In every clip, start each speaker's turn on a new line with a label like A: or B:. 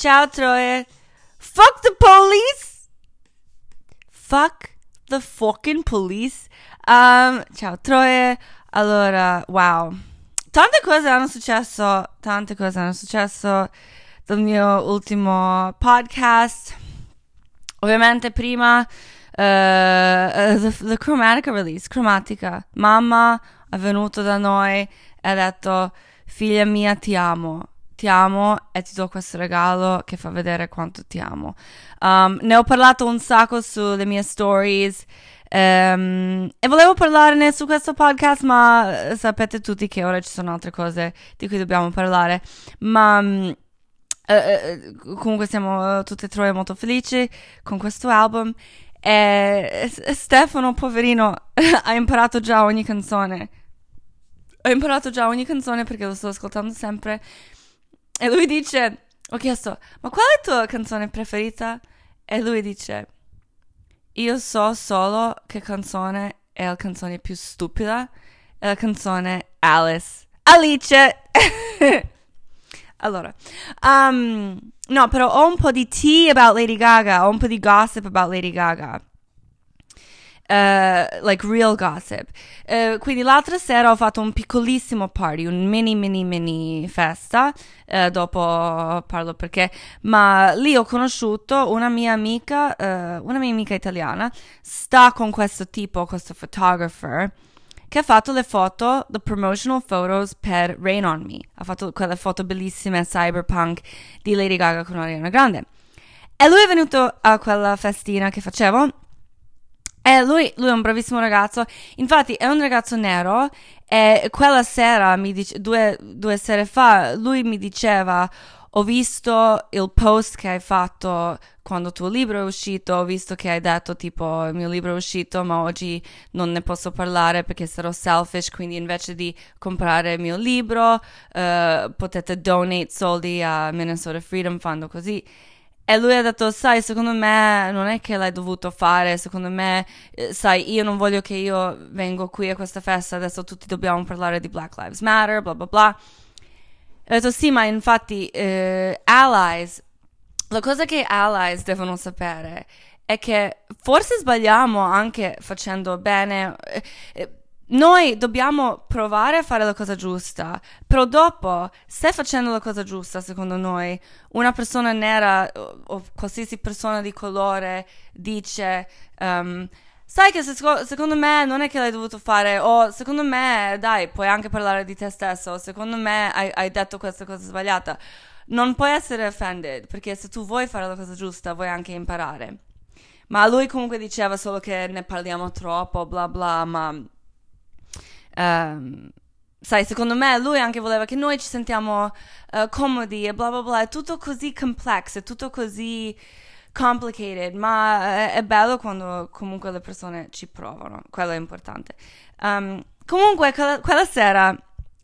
A: Ciao Troie. Fuck the police. Fuck the fucking police. Ciao Troie. Allora, wow. Tante cose hanno successo dal mio ultimo podcast. Ovviamente prima the Chromatica release. Chromatica. Mamma è venuto da noi e ha detto: figlia mia, ti amo e ti do questo regalo che fa vedere quanto ti amo. Ne ho parlato un sacco sulle mie stories e volevo parlarne su questo podcast, ma sapete tutti che ora ci sono altre cose di cui dobbiamo parlare. Ma comunque siamo tutte e tre molto felici con questo album. E Stefano, poverino, ha imparato già ogni canzone perché lo sto ascoltando sempre. E lui dice, ho chiesto, ma qual è la tua canzone preferita? E lui dice, io so solo che canzone è la canzone più stupida, è la canzone Alice. Allora, no, però ho un po' di tea about Lady Gaga, ho un po' di gossip about Lady Gaga. Like real gossip. Quindi l'altra sera ho fatto un piccolissimo party, un mini festa. Dopo parlo perché, ma lì ho conosciuto una mia amica italiana. Sta con questo photographer, che ha fatto le foto, the promotional photos per Rain on Me. Ha fatto quelle foto bellissime cyberpunk di Lady Gaga con Ariana Grande. E lui è venuto a quella festina che facevo. E lui è un bravissimo ragazzo. Infatti è un ragazzo nero. E quella sera, due sere fa, lui mi diceva: ho visto il post che hai fatto quando il tuo libro è uscito, ho visto che hai detto tipo il mio libro è uscito ma oggi non ne posso parlare perché sarò selfish, quindi invece di comprare il mio libro potete donate soldi a Minnesota Freedom Fund o così. E lui ha detto: sai, secondo me non è che l'hai dovuto fare, secondo me, sai, io non voglio che io vengo qui a questa festa, adesso tutti dobbiamo parlare di Black Lives Matter, bla bla bla. E ho detto: sì, ma infatti allies, la cosa che allies devono sapere è che forse sbagliamo anche facendo bene. Noi dobbiamo provare a fare la cosa giusta, però dopo, se facendo la cosa giusta, secondo noi, una persona nera o qualsiasi persona di colore dice sai che secondo me non è che l'hai dovuto fare, o secondo me, dai, puoi anche parlare di te stesso, o secondo me hai detto questa cosa sbagliata, non puoi essere offended, perché se tu vuoi fare la cosa giusta, vuoi anche imparare. Ma lui comunque diceva solo che ne parliamo troppo, bla bla, ma sai, secondo me lui anche voleva che noi ci sentiamo comodi e bla bla bla. È tutto così complesso, è tutto così complicated, ma è bello quando comunque le persone ci provano, quello è importante. Comunque quella sera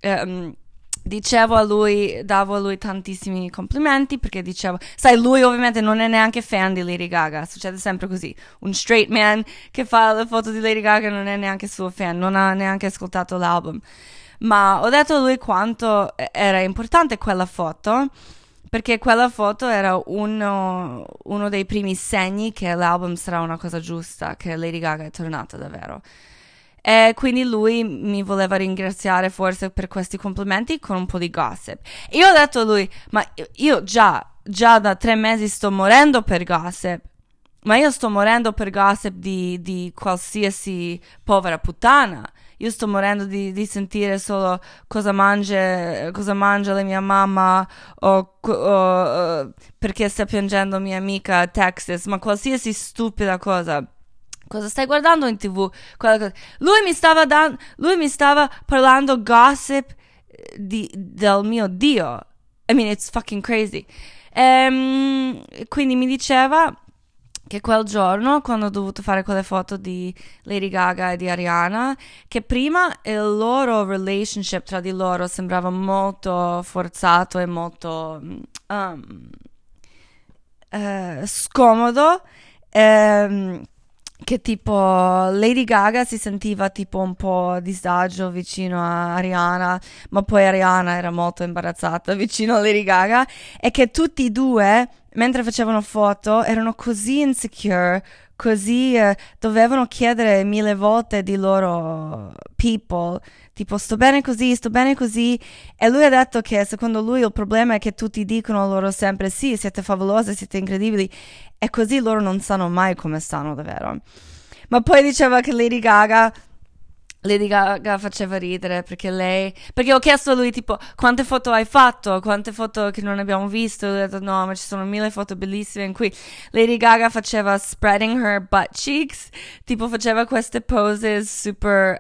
A: davo a lui tantissimi complimenti, perché dicevo, sai, lui ovviamente non è neanche fan di Lady Gaga, succede sempre così, un straight man che fa le foto di Lady Gaga non è neanche suo fan, non ha neanche ascoltato l'album, ma ho detto a lui quanto era importante quella foto, perché quella foto era uno dei primi segni che l'album sarà una cosa giusta, che Lady Gaga è tornata davvero. E quindi lui mi voleva ringraziare forse per questi complimenti con un po' di gossip. E io ho detto a lui: ma io già da 3 mesi sto morendo per gossip, ma io sto morendo per gossip di qualsiasi povera puttana. Io sto morendo di sentire solo cosa mangia la mia mamma o perché sta piangendo mia amica a Texas, ma qualsiasi stupida cosa. Cosa stai guardando in TV? Lui mi stava parlando gossip del mio Dio. I mean, it's fucking crazy. Quindi mi diceva che quel giorno, quando ho dovuto fare quelle foto di Lady Gaga e di Ariana, che prima il loro relationship tra di loro sembrava molto forzato e molto scomodo, che tipo Lady Gaga si sentiva tipo un po' a disagio vicino a Ariana, ma poi Ariana era molto imbarazzata vicino a Lady Gaga, e che tutti e due, mentre facevano foto, erano così insecure, così dovevano chiedere 1000 volte di loro people, tipo sto bene così, e lui ha detto che secondo lui il problema è che tutti dicono loro sempre sì, siete favolose, siete incredibili, e così loro non sanno mai come stanno davvero. Ma poi diceva che Lady Gaga faceva ridere perché ho chiesto a lui tipo quante foto hai fatto, quante foto che non abbiamo visto, e lui ha detto no, ma ci sono 1000 foto bellissime in cui Lady Gaga faceva spreading her butt cheeks, tipo faceva queste poses super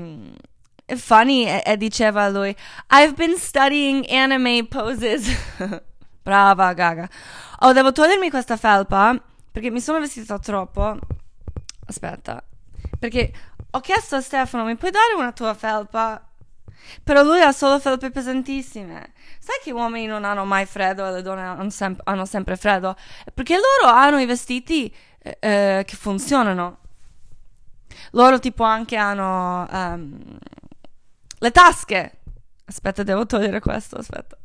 A: funny, e diceva a lui I've been studying anime poses. Brava Gaga. Devo togliermi questa felpa perché mi sono vestita troppo. Aspetta, perché ho chiesto a Stefano, mi puoi dare una tua felpa? Però lui ha solo felpe pesantissime. Sai che gli uomini non hanno mai freddo e le donne hanno sempre freddo? Perché loro hanno i vestiti che funzionano. Loro tipo anche hanno le tasche. Aspetta, devo togliere questo, aspetta.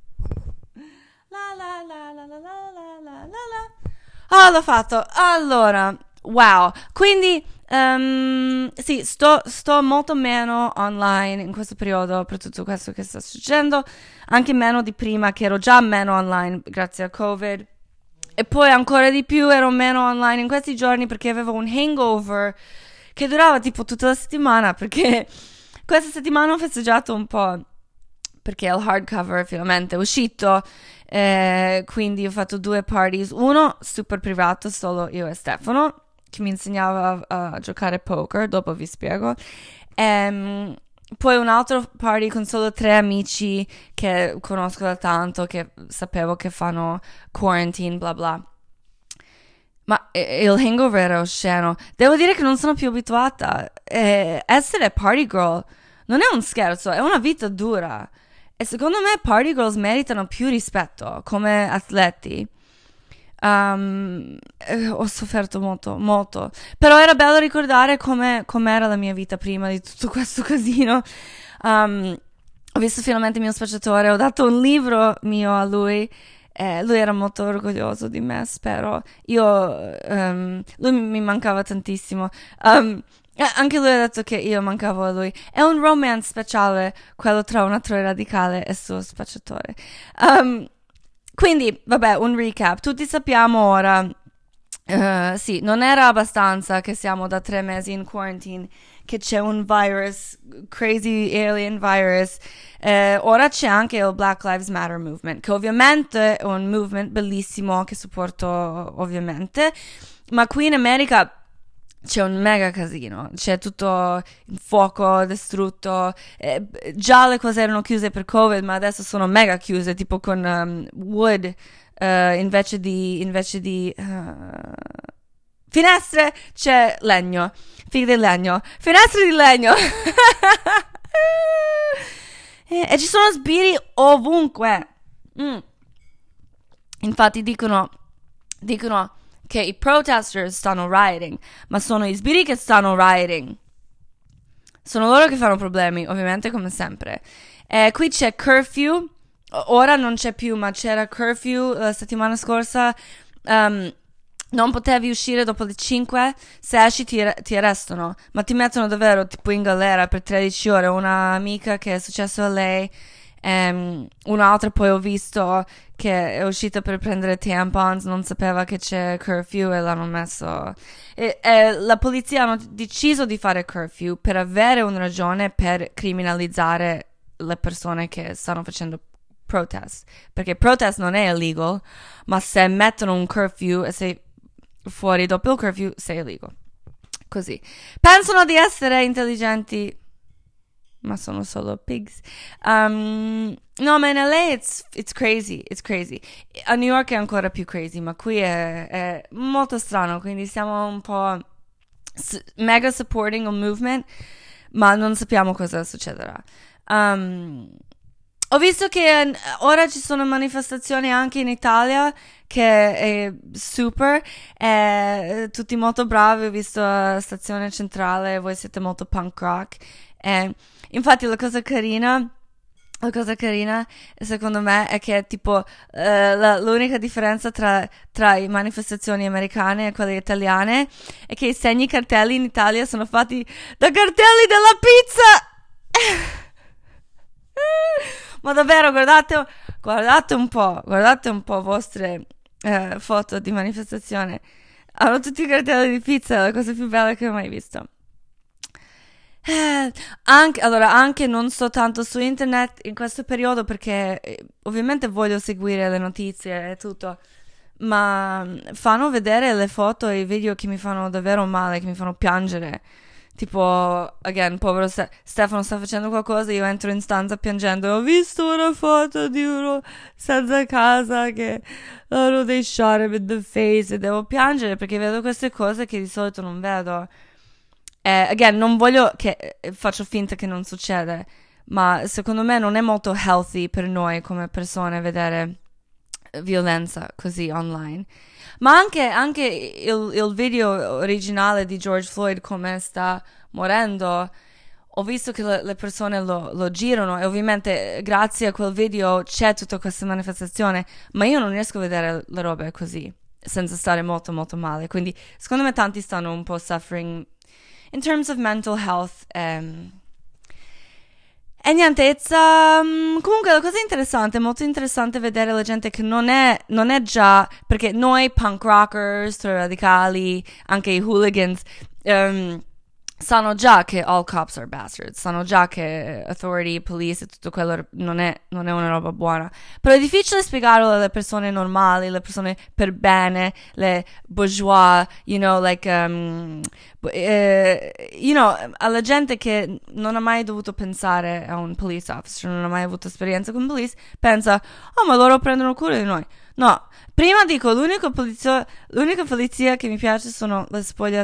A: La la la la la la la la la. L'ho fatto. Allora, wow. Quindi sì, sto molto meno online in questo periodo per tutto questo che sta succedendo, anche meno di prima, che ero già meno online grazie a Covid, e poi ancora di più ero meno online in questi giorni perché avevo un hangover che durava tipo tutta la settimana, perché questa settimana ho festeggiato un po' perché il hardcover finalmente è uscito, quindi ho fatto 2 parties, uno super privato, solo io e Stefano, che mi insegnava a giocare poker, dopo vi spiego, poi un altro party con solo 3 amici che conosco da tanto, che sapevo che fanno quarantine, bla bla. Ma il hangover era osceno. Devo dire che non sono più abituata. Essere party girl non è un scherzo, è una vita dura. E secondo me party girls meritano più rispetto come atleti. Ho sofferto molto, molto. Però era bello ricordare com'era la mia vita prima di tutto questo casino. Ho visto finalmente il mio spacciatore, ho dato un libro mio a lui. Lui era molto orgoglioso di me, spero. Lui mi mancava tantissimo. Anche lui ha detto che io mancavo a lui. È un romance speciale, quello tra un attore radicale e il suo spacciatore. Quindi, vabbè, un recap. Tutti sappiamo ora, sì, non era abbastanza che siamo da 3 mesi in quarantine, che c'è un virus, crazy alien virus. Ora c'è anche il Black Lives Matter movement, che ovviamente è un movement bellissimo che supporto ovviamente, ma qui in America c'è un mega casino, c'è tutto il fuoco distrutto, già le cose erano chiuse per Covid, ma adesso sono mega chiuse, tipo con wood, invece di finestre c'è legno, fighe di legno, finestre di legno. E ci sono sbirri ovunque. Infatti dicono che i protesters stanno rioting, ma sono gli sbirri che stanno rioting. Sono loro che fanno problemi, ovviamente, come sempre. Qui c'è curfew, ora non c'è più, ma c'era curfew la settimana scorsa. Non potevi uscire dopo le 5, se esci ti arrestano, ma ti mettono davvero tipo in galera per 13 ore. Una amica che è successo a lei, un'altra poi ho visto che è uscita per prendere tampons, non sapeva che c'è curfew e l'hanno messo. La polizia hanno deciso di fare curfew per avere una ragione per criminalizzare le persone che stanno facendo protest, perché protest non è illegal, ma se mettono un curfew e sei fuori dopo il curfew sei illegal. Così pensano di essere intelligenti, ma sono solo pigs. No, ma in LA it's crazy, a New York è ancora più crazy, ma qui è molto strano, quindi siamo un po' mega supporting un movement, ma non sappiamo cosa succederà. Ho visto che ora ci sono manifestazioni anche in Italia, che è super, tutti molto bravi. Ho visto a Stazione Centrale, voi siete molto punk rock. Infatti la cosa carina, secondo me, è che tipo l'unica differenza tra le manifestazioni americane e quelle italiane è che i segni cartelli in Italia sono fatti da cartelli della pizza. Ma davvero, guardate un po' vostre foto di manifestazione. Hanno tutti i cartelli di pizza, è la cosa più bella che ho mai visto. Anche non sto tanto su internet in questo periodo perché ovviamente voglio seguire le notizie e tutto, ma fanno vedere le foto e i video che mi fanno davvero male, che mi fanno piangere. Tipo, again, povero Stefano sta facendo qualcosa, io entro in stanza piangendo. Ho visto una foto di uno senza casa che loro they shot him in the face e devo piangere perché vedo queste cose che di solito non vedo. Again, non voglio che faccio finta che non succede, ma secondo me non è molto healthy per noi come persone vedere violenza così online. Ma anche il video originale di George Floyd come sta morendo, ho visto che le persone lo girano e ovviamente grazie a quel video c'è tutta questa manifestazione, ma io non riesco a vedere le robe così senza stare molto molto male, quindi secondo me tanti stanno un po' suffering in terms of mental health. E niente, comunque la cosa interessante, molto interessante vedere la gente che non è già, perché noi punk rockers, radicali, anche i hooligans, sanno già che all cops are bastards, sanno già che authority, police e tutto quello non è una roba buona. Però è difficile spiegarlo alle persone normali, le persone per bene, le bourgeois, alla gente che non ha mai dovuto pensare a un police officer, non ha mai avuto esperienza con police, pensa, oh, ma loro prendono cura di noi. No, prima dico, l'unica polizia che mi piace sono le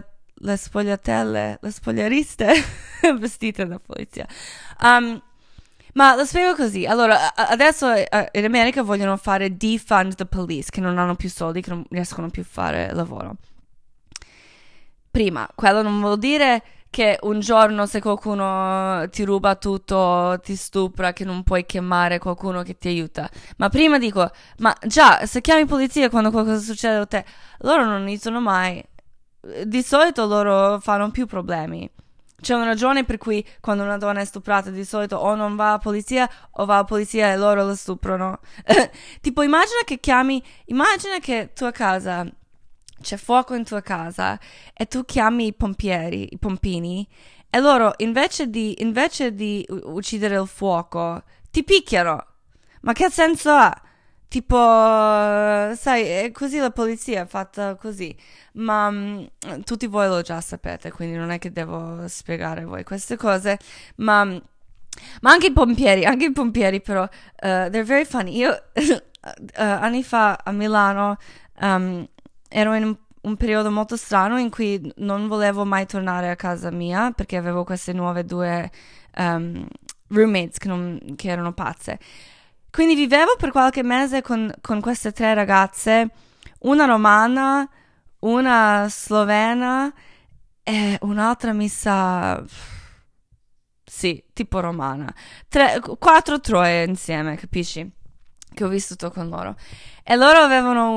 A: spogliariste vestite da polizia. Ma lo spiego così. Allora, adesso in America vogliono fare defund the police, che non hanno più soldi, che non riescono più a fare lavoro. Prima, quello non vuol dire che un giorno se qualcuno ti ruba tutto, ti stupra, che non puoi chiamare qualcuno che ti aiuta. Ma prima dico, ma già, se chiami polizia quando qualcosa succede a te, loro non iniziano mai. Di solito loro fanno più problemi. C'è una ragione per cui quando una donna è stuprata di solito o non va a polizia o va a polizia e loro la stuprano. Tipo immagina che tua casa c'è fuoco in tua casa e tu chiami i pompini e loro invece di uccidere il fuoco ti picchiano. Ma che senso ha? Tipo, sai, è così la polizia è fatta così, ma tutti voi lo già sapete, quindi non è che devo spiegare a voi queste cose, ma anche i pompieri però, they're very funny. Io anni fa a Milano ero in un periodo molto strano in cui non volevo mai tornare a casa mia perché avevo queste nuove due roommates che erano pazze. Quindi vivevo per qualche mese con queste 3 ragazze, una romana, una slovena e un'altra mi sa, sì, tipo romana. 4 troie insieme, capisci? Che ho vissuto con loro. E loro avevano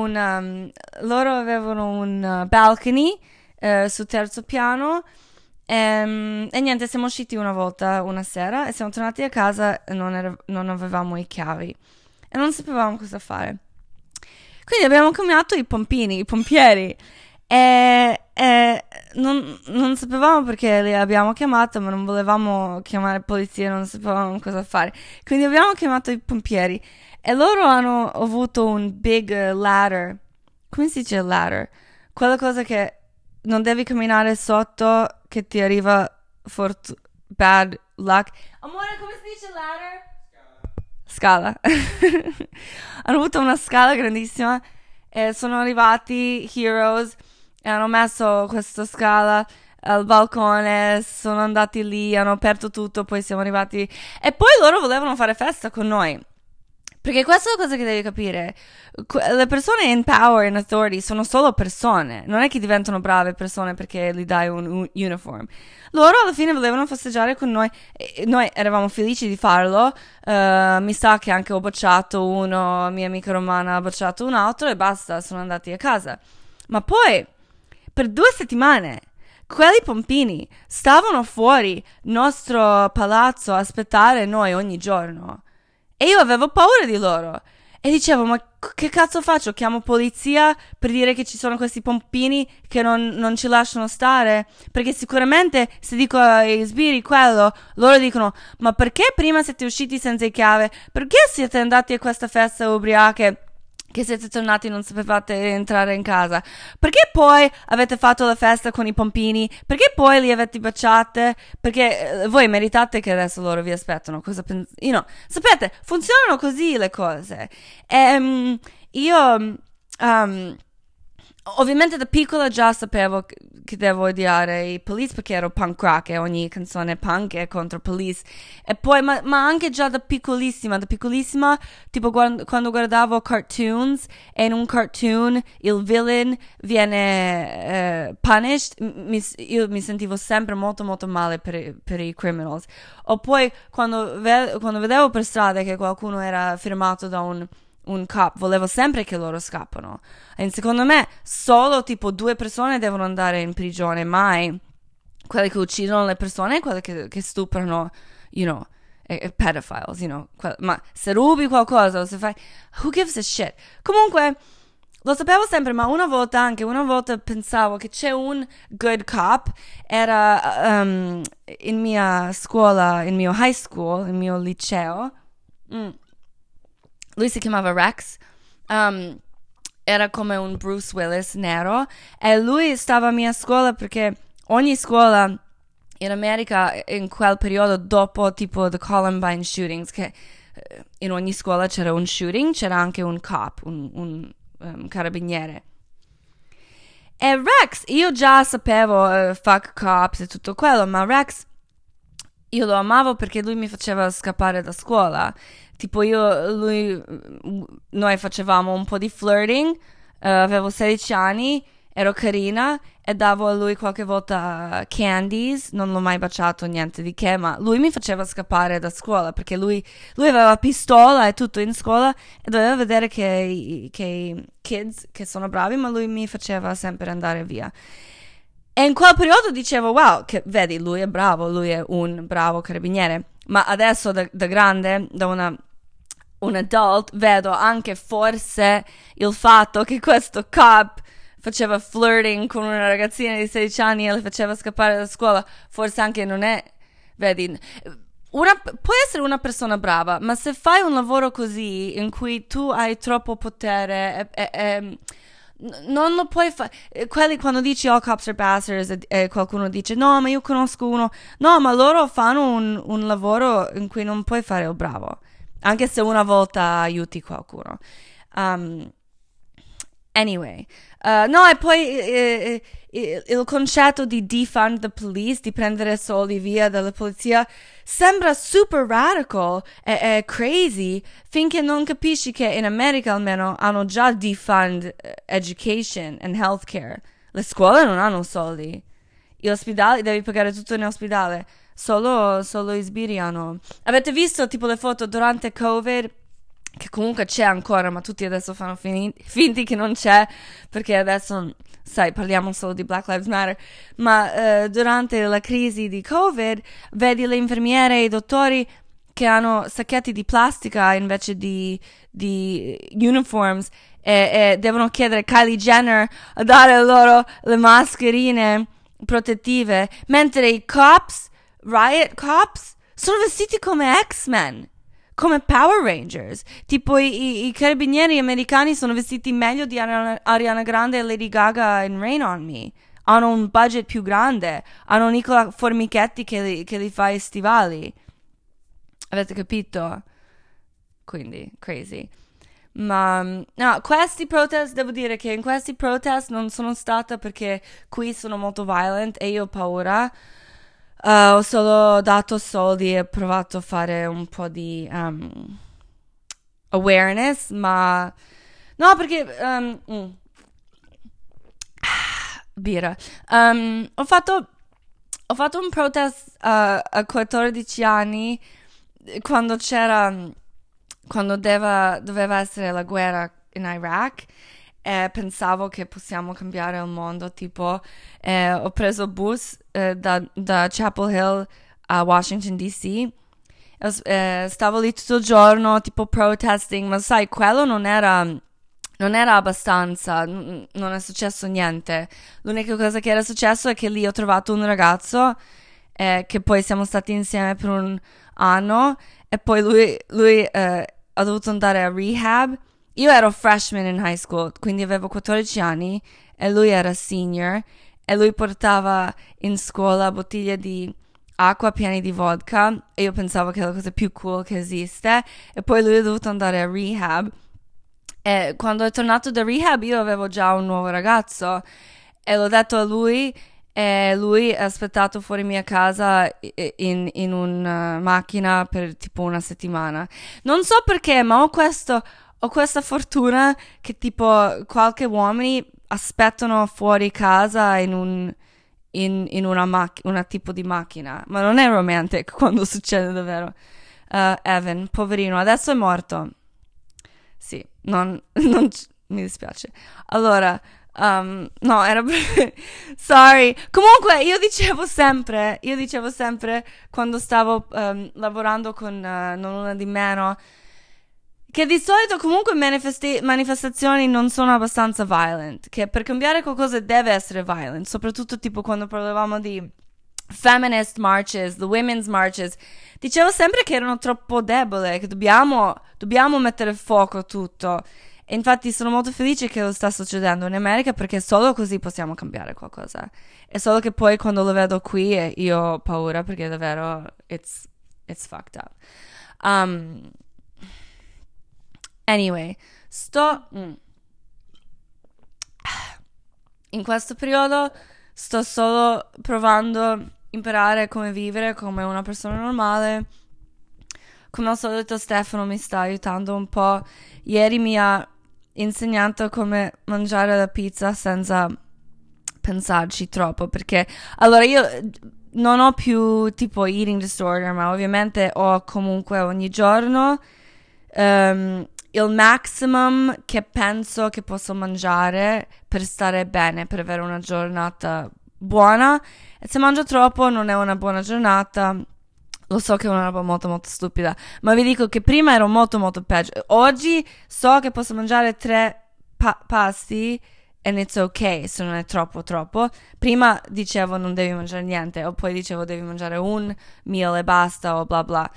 A: un balcony sul 3° piano. E niente, siamo usciti una sera e siamo tornati a casa e non avevamo i chiavi e non sapevamo cosa fare. Quindi abbiamo chiamato i pompieri e non sapevamo perché li abbiamo chiamati, ma non volevamo chiamare polizia, non sapevamo cosa fare. Quindi abbiamo chiamato i pompieri e loro hanno avuto un big ladder. Come si dice ladder? Quella cosa che non devi camminare sotto che ti arriva bad luck. Amore, come si dice ladder? Scala. Hanno avuto una scala grandissima e sono arrivati Heroes e hanno messo questa scala al balcone, sono andati lì, hanno aperto tutto, poi siamo arrivati e poi loro volevano fare festa con noi. Perché questa è la cosa che devi capire. Le persone in power, in authority, sono solo persone. Non è che diventano brave persone perché gli dai un uniform. Loro alla fine volevano festeggiare con noi. E noi eravamo felici di farlo. Mi sa che anche ho bocciato uno, mia amica Romana ha bocciato un altro e basta, sono andati a casa. Ma poi, per 2 settimane, quelli pompini stavano fuori nostro palazzo a aspettare noi ogni giorno. E io avevo paura di loro. E dicevo, ma che cazzo faccio? Chiamo polizia per dire che ci sono questi pompini che non ci lasciano stare? Perché sicuramente se dico ai sbirri quello, loro dicono, ma perché prima siete usciti senza chiave? Perché siete andati a questa festa ubriache? Che siete tornati e non sapevate entrare in casa? Perché poi avete fatto la festa con i pompini? Perché poi li avete baciate? Perché voi meritate che adesso loro vi aspettano. Cosa sapete, funzionano così le cose. Io ovviamente da piccola già sapevo che devo odiare i police perché ero punk rock e ogni canzone punk è contro police. E poi, ma anche già da piccolissima, tipo quando guardavo cartoons e in un cartoon il villain viene punished, io mi sentivo sempre molto molto male per i criminals. O poi quando vedevo per strada che qualcuno era firmato da un cop, volevo sempre che loro scappano. E secondo me solo tipo 2 persone devono andare in prigione, mai quelli che uccidono le persone e quelli che stuprano, pedophiles, ma se rubi qualcosa o se fai, who gives a shit? Comunque lo sapevo sempre, ma una volta pensavo che c'è un good cop, era in mia scuola, in mio high school, in mio liceo. Lui si chiamava Rex, era come un Bruce Willis nero, e lui stava a mia scuola perché ogni scuola in America in quel periodo, dopo tipo the Columbine shootings, che in ogni scuola c'era un shooting, c'era anche un cop, un carabiniere. E Rex, io già sapevo fuck cops e tutto quello, ma Rex io lo amavo perché lui mi faceva scappare da scuola. Tipo noi facevamo un po' di flirting, avevo 16 anni, ero carina e davo a lui qualche volta candies, non l'ho mai baciato, niente di che, ma lui mi faceva scappare da scuola perché lui aveva pistola e tutto in scuola e doveva vedere che i kids che sono bravi, ma lui mi faceva sempre andare via. E in quel periodo dicevo, wow, che vedi, lui è bravo, lui è un bravo carabiniere. Ma adesso da grande, da un adult, vedo anche forse il fatto che questo cop faceva flirting con una ragazzina di 16 anni e le faceva scappare da scuola. Forse anche non è, vedi, puoi essere una persona brava, ma se fai un lavoro così in cui tu hai troppo potere non lo puoi fare. Quelli quando dici all cops are bastards e qualcuno dice no ma io conosco uno, no ma loro fanno un lavoro in cui non puoi fare il bravo anche se una volta aiuti qualcuno. Anyway, no, e poi il concetto di defund the police, di prendere soldi via dalla polizia, sembra super radical e crazy, finché non capisci che in America almeno hanno già defund education and healthcare. Le scuole non hanno soldi. Gli ospedali, devi pagare tutto in ospedale. Solo i sbirri hanno. Avete visto tipo le foto durante Covid? Che comunque c'è ancora, ma tutti adesso fanno finti che non c'è, perché adesso, sai, parliamo solo di Black Lives Matter, ma durante la crisi di Covid vedi le infermiere e i dottori che hanno sacchetti di plastica invece di uniforms e devono chiedere a Kylie Jenner a dare loro le mascherine protettive, mentre i cops, riot cops, sono vestiti come X-Men, come Power Rangers. Tipo i carabinieri americani sono vestiti meglio di Ariana Grande e Lady Gaga in Rain on Me. Hanno un budget più grande, hanno Nicola Formichetti che li fa i stivali. Avete capito? Quindi, crazy. Ma no, questi protest, devo dire che in questi protest non sono stata perché qui sono molto violent e io ho paura. Ho solo dato soldi e provato a fare un po' di awareness, ma no, perché birra. Ho fatto un protest a 14 anni quando doveva essere la guerra in Iraq e pensavo che possiamo cambiare il mondo, tipo ho preso bus da Chapel Hill a Washington DC. Stavo lì tutto il giorno tipo protesting, ma sai, quello non era abbastanza, non è successo niente. L'unica cosa che era successo è che lì ho trovato un ragazzo che poi siamo stati insieme per un anno e poi lui ha dovuto andare a rehab. Io ero freshman in high school, quindi avevo 14 anni e lui era senior e lui portava in scuola bottiglie di acqua piene di vodka e io pensavo che era la cosa più cool che esiste e poi lui è dovuto andare a rehab. E quando è tornato da rehab io avevo già un nuovo ragazzo e l'ho detto a lui e lui ha aspettato fuori mia casa in una macchina per tipo una settimana. Non so perché, ma ho questa fortuna che tipo qualche uomini aspettano fuori casa in una tipo di macchina, ma non è romantic quando succede davvero. Evan, poverino, adesso è morto. Sì, mi dispiace. Allora, no, era sorry. Comunque, io dicevo sempre, quando stavo lavorando con Non Una di Meno, che di solito comunque manifestazioni non sono abbastanza violent, che per cambiare qualcosa deve essere violent, soprattutto tipo quando parlavamo di feminist marches, the women's marches, dicevo sempre che erano troppo deboli, che dobbiamo mettere fuoco a tutto. E infatti sono molto felice che lo sta succedendo in America perché solo così possiamo cambiare qualcosa. È solo che poi quando lo vedo qui io ho paura perché davvero it's fucked up. Anyway, in questo periodo sto solo provando a imparare come vivere come una persona normale. Come al solito Stefano mi sta aiutando un po'. Ieri mi ha insegnato come mangiare la pizza senza pensarci troppo, perché allora io non ho più tipo eating disorder, ma ovviamente ho comunque ogni giorno il maximum che penso che posso mangiare per stare bene, per avere una giornata buona. E se mangio troppo non è una buona giornata. Lo so che è una roba molto molto stupida, ma vi dico che prima ero molto molto peggio. Oggi so che posso mangiare 3 pasti and it's ok se non è troppo. Prima dicevo non devi mangiare niente, o poi dicevo devi mangiare un meal e basta, o bla bla.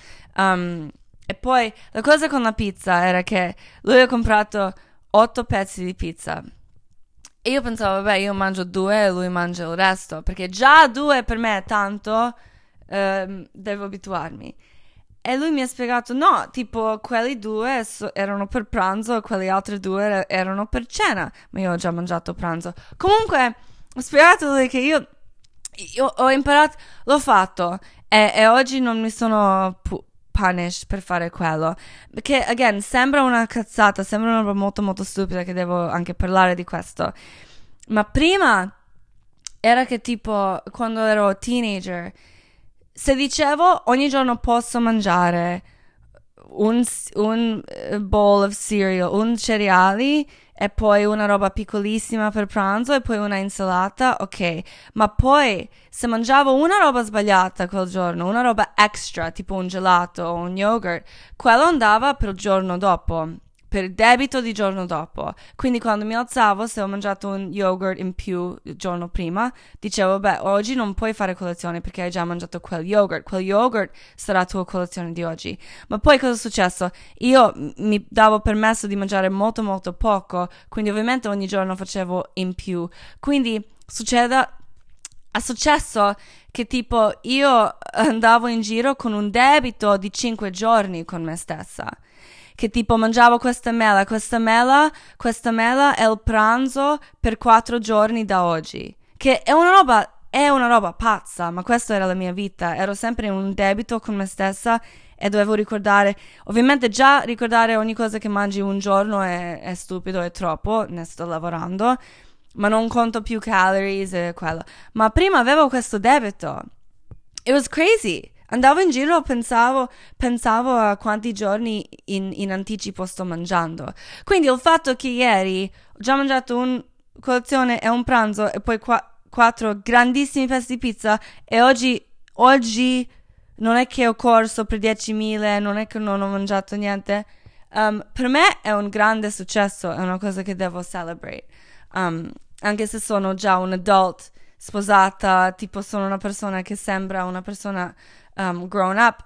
A: E poi la cosa con la pizza era che lui ha comprato 8 pezzi di pizza e io pensavo vabbè, io mangio 2 e lui mangia il resto, perché già 2 per me è tanto. Devo abituarmi. E lui mi ha spiegato no, tipo quelli 2 erano per pranzo e quelli altri 2 erano per cena, ma io ho già mangiato pranzo. Comunque ho spiegato a lui che io ho imparato, l'ho fatto e oggi non mi sono punished per fare quello, perché again sembra una cazzata, sembra una roba molto molto stupida che devo anche parlare di questo, ma prima era che tipo quando ero teenager, se dicevo ogni giorno posso mangiare un bowl of cereal, un cereali e poi una roba piccolissima per pranzo e poi una insalata, ok, ma poi se mangiavo una roba sbagliata quel giorno, una roba extra, tipo un gelato o un yogurt, quello andava per il giorno dopo, per il debito di giorno dopo. Quindi quando mi alzavo, se ho mangiato un yogurt in più il giorno prima, dicevo beh, oggi non puoi fare colazione perché hai già mangiato quel yogurt sarà tua colazione di oggi. Ma poi cosa è successo? Io mi davo permesso di mangiare molto molto poco, quindi ovviamente ogni giorno facevo in più, quindi è successo che tipo io andavo in giro con un debito di 5 giorni con me stessa, che tipo mangiavo questa mela è il pranzo per 4 giorni da oggi, che è una roba pazza, ma questa era la mia vita, ero sempre in un debito con me stessa e dovevo ricordare, ovviamente già ricordare ogni cosa che mangi un giorno è stupido, è troppo, ne sto lavorando, ma non conto più calories e quello. Ma prima avevo questo debito. It was crazy. Andavo in giro, pensavo a quanti giorni in anticipo sto mangiando. Quindi il fatto che ieri ho già mangiato un colazione e un pranzo e poi 4 grandissimi pezzi di pizza e oggi non è che ho corso per 10.000, non è che non ho mangiato niente. Per me è un grande successo, è una cosa che devo celebrate. Anche se sono già un adult, sposata, tipo sono una persona che sembra una persona grown up,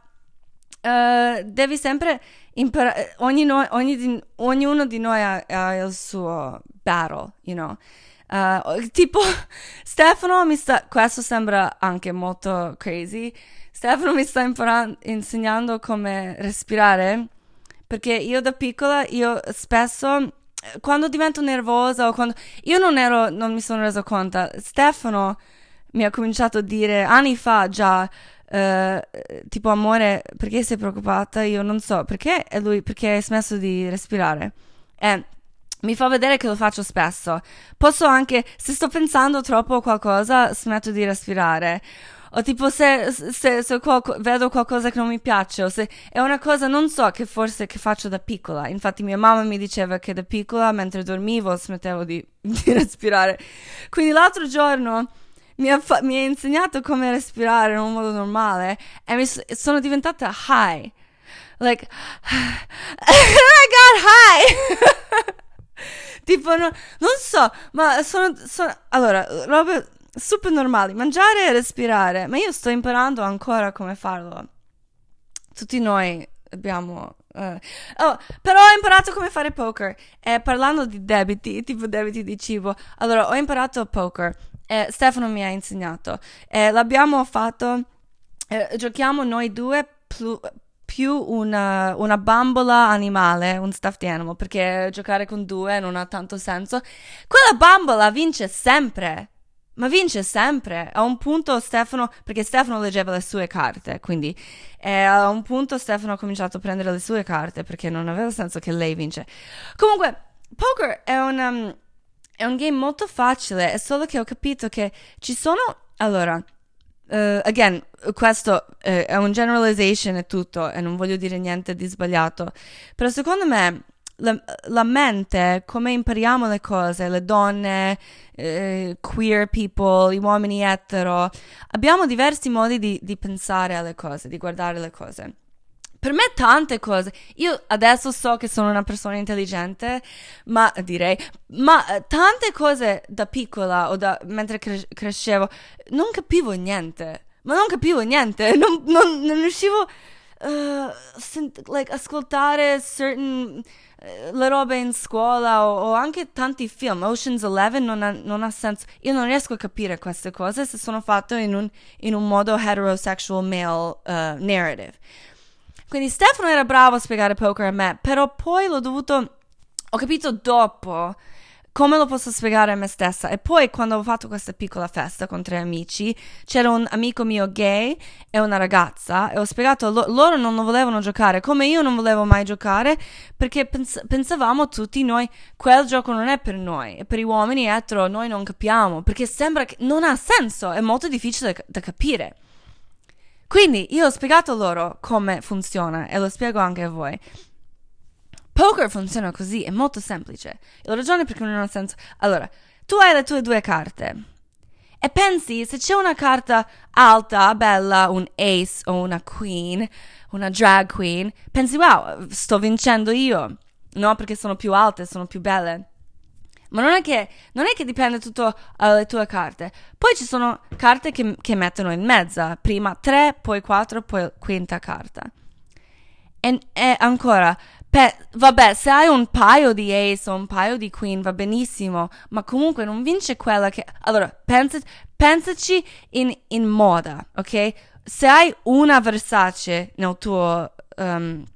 A: devi sempre imparare, ognuno di noi ha il suo battle, you know. Tipo Stefano questo sembra anche molto crazy, Stefano mi sta insegnando come respirare, perché io da piccola, io spesso quando divento nervosa o quando non mi sono reso conto, Stefano mi ha cominciato a dire anni fa già, tipo amore, perché sei preoccupata? Io non so, perché? E lui, perché hai smesso di respirare. Mi fa vedere che lo faccio spesso. Posso anche, se sto pensando troppo a qualcosa, smetto di respirare. O tipo se vedo qualcosa che non mi piace, o se è una cosa, non so, che forse che faccio da piccola. Infatti mia mamma mi diceva che da piccola, mentre dormivo, smettevo di respirare. Quindi l'altro giorno mi ha insegnato come respirare in un modo normale e sono diventata high. Like, I got high! Tipo, non so, ma sono allora, robe super normali, mangiare e respirare, ma io sto imparando ancora come farlo. Tutti noi abbiamo però ho imparato come fare poker, parlando di debiti, tipo debiti di cibo. Allora, ho imparato poker, Stefano mi ha insegnato, l'abbiamo fatto, giochiamo noi due più una bambola animale, un stuffed animal, perché giocare con due non ha tanto senso. Quella bambola vince sempre, ma vince sempre. A un punto perché Stefano leggeva le sue carte, quindi a un punto Stefano ha cominciato a prendere le sue carte perché non aveva senso che lei vince. Comunque, poker è un game molto facile, è solo che ho capito che ci sono, allora, again, questo è un generalization e tutto, e non voglio dire niente di sbagliato, però secondo me la mente, come impariamo le cose, le donne, queer people, gli uomini etero, abbiamo diversi modi di pensare alle cose, di guardare le cose. Per me tante cose, io adesso so che sono una persona intelligente, ma tante cose da piccola o mentre crescevo, non capivo niente, non riuscivo ascoltare le robe in scuola o anche tanti film. Ocean's 11 non ha senso, io non riesco a capire queste cose se sono fatte in un modo heterosexual male narrative. Quindi Stefano era bravo a spiegare poker a me, però poi ho capito dopo come lo posso spiegare a me stessa. E poi quando ho fatto questa piccola festa con 3 amici, c'era un amico mio gay e una ragazza, e ho spiegato loro non volevano giocare, come io non volevo mai giocare, perché pensavamo tutti noi, quel gioco non è per noi, e per gli uomini etero noi non capiamo, perché sembra che non ha senso, è molto difficile da capire. Quindi io ho spiegato loro come funziona e lo spiego anche a voi. Poker funziona così, è molto semplice. E la ragione perché non ha senso. Allora, tu hai le tue 2 carte e pensi, se c'è una carta alta, bella, un ace o una queen, una drag queen, pensi wow, sto vincendo io. No, perché sono più alte, sono più belle. Ma non è che dipende tutto dalle tue carte. Poi ci sono carte che mettono in mezzo. Prima 3, poi 4, poi quinta carta. E ancora, vabbè, se hai un paio di ace o un paio di queen va benissimo, ma comunque non vince quella che... Allora, pensaci in moda, ok? Se hai una Versace nel tuo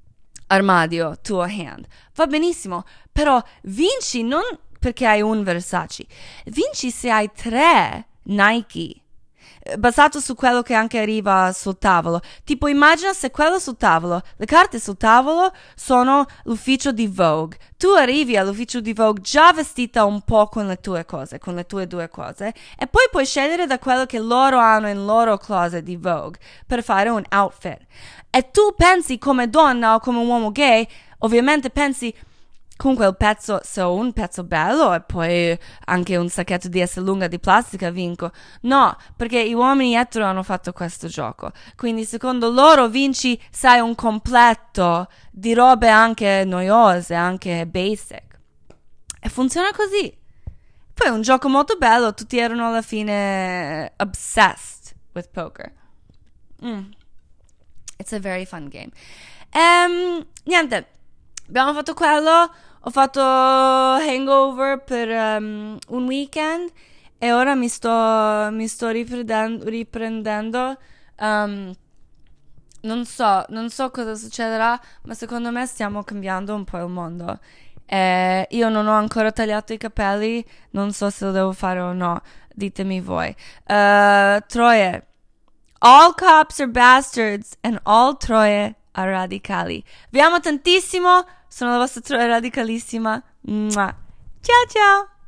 A: armadio tuo hand. Va benissimo, però vinci non perché hai un Versace, vinci se hai 3 Nike, basato su quello che anche arriva sul tavolo. Tipo, immagina se quello sul tavolo, le carte sul tavolo sono l'ufficio di Vogue. Tu arrivi all'ufficio di Vogue già vestita un po' con le tue cose, con le tue 2 cose, e poi puoi scegliere da quello che loro hanno in loro closet di Vogue per fare un outfit. E tu pensi come donna o come uomo gay, ovviamente pensi con quel pezzo, se ho un pezzo bello e poi anche un sacchetto di S lunga di plastica vinco. No, perché gli uomini etero hanno fatto questo gioco. Quindi secondo loro vinci se hai un completo di robe anche noiose, anche basic. E funziona così. Poi è un gioco molto bello, tutti erano alla fine obsessed with poker. It's a very fun game. Niente, abbiamo fatto quello. Ho fatto hangover per un weekend e ora mi sto riprendendo. Non so cosa succederà, ma secondo me stiamo cambiando un po' il mondo. Io non ho ancora tagliato i capelli, non so se lo devo fare o no, ditemi voi. Troie. All cops are bastards and all troie are radicali. Vi amo tantissimo, sono la vostra troia radicalissima. Mua. Ciao ciao!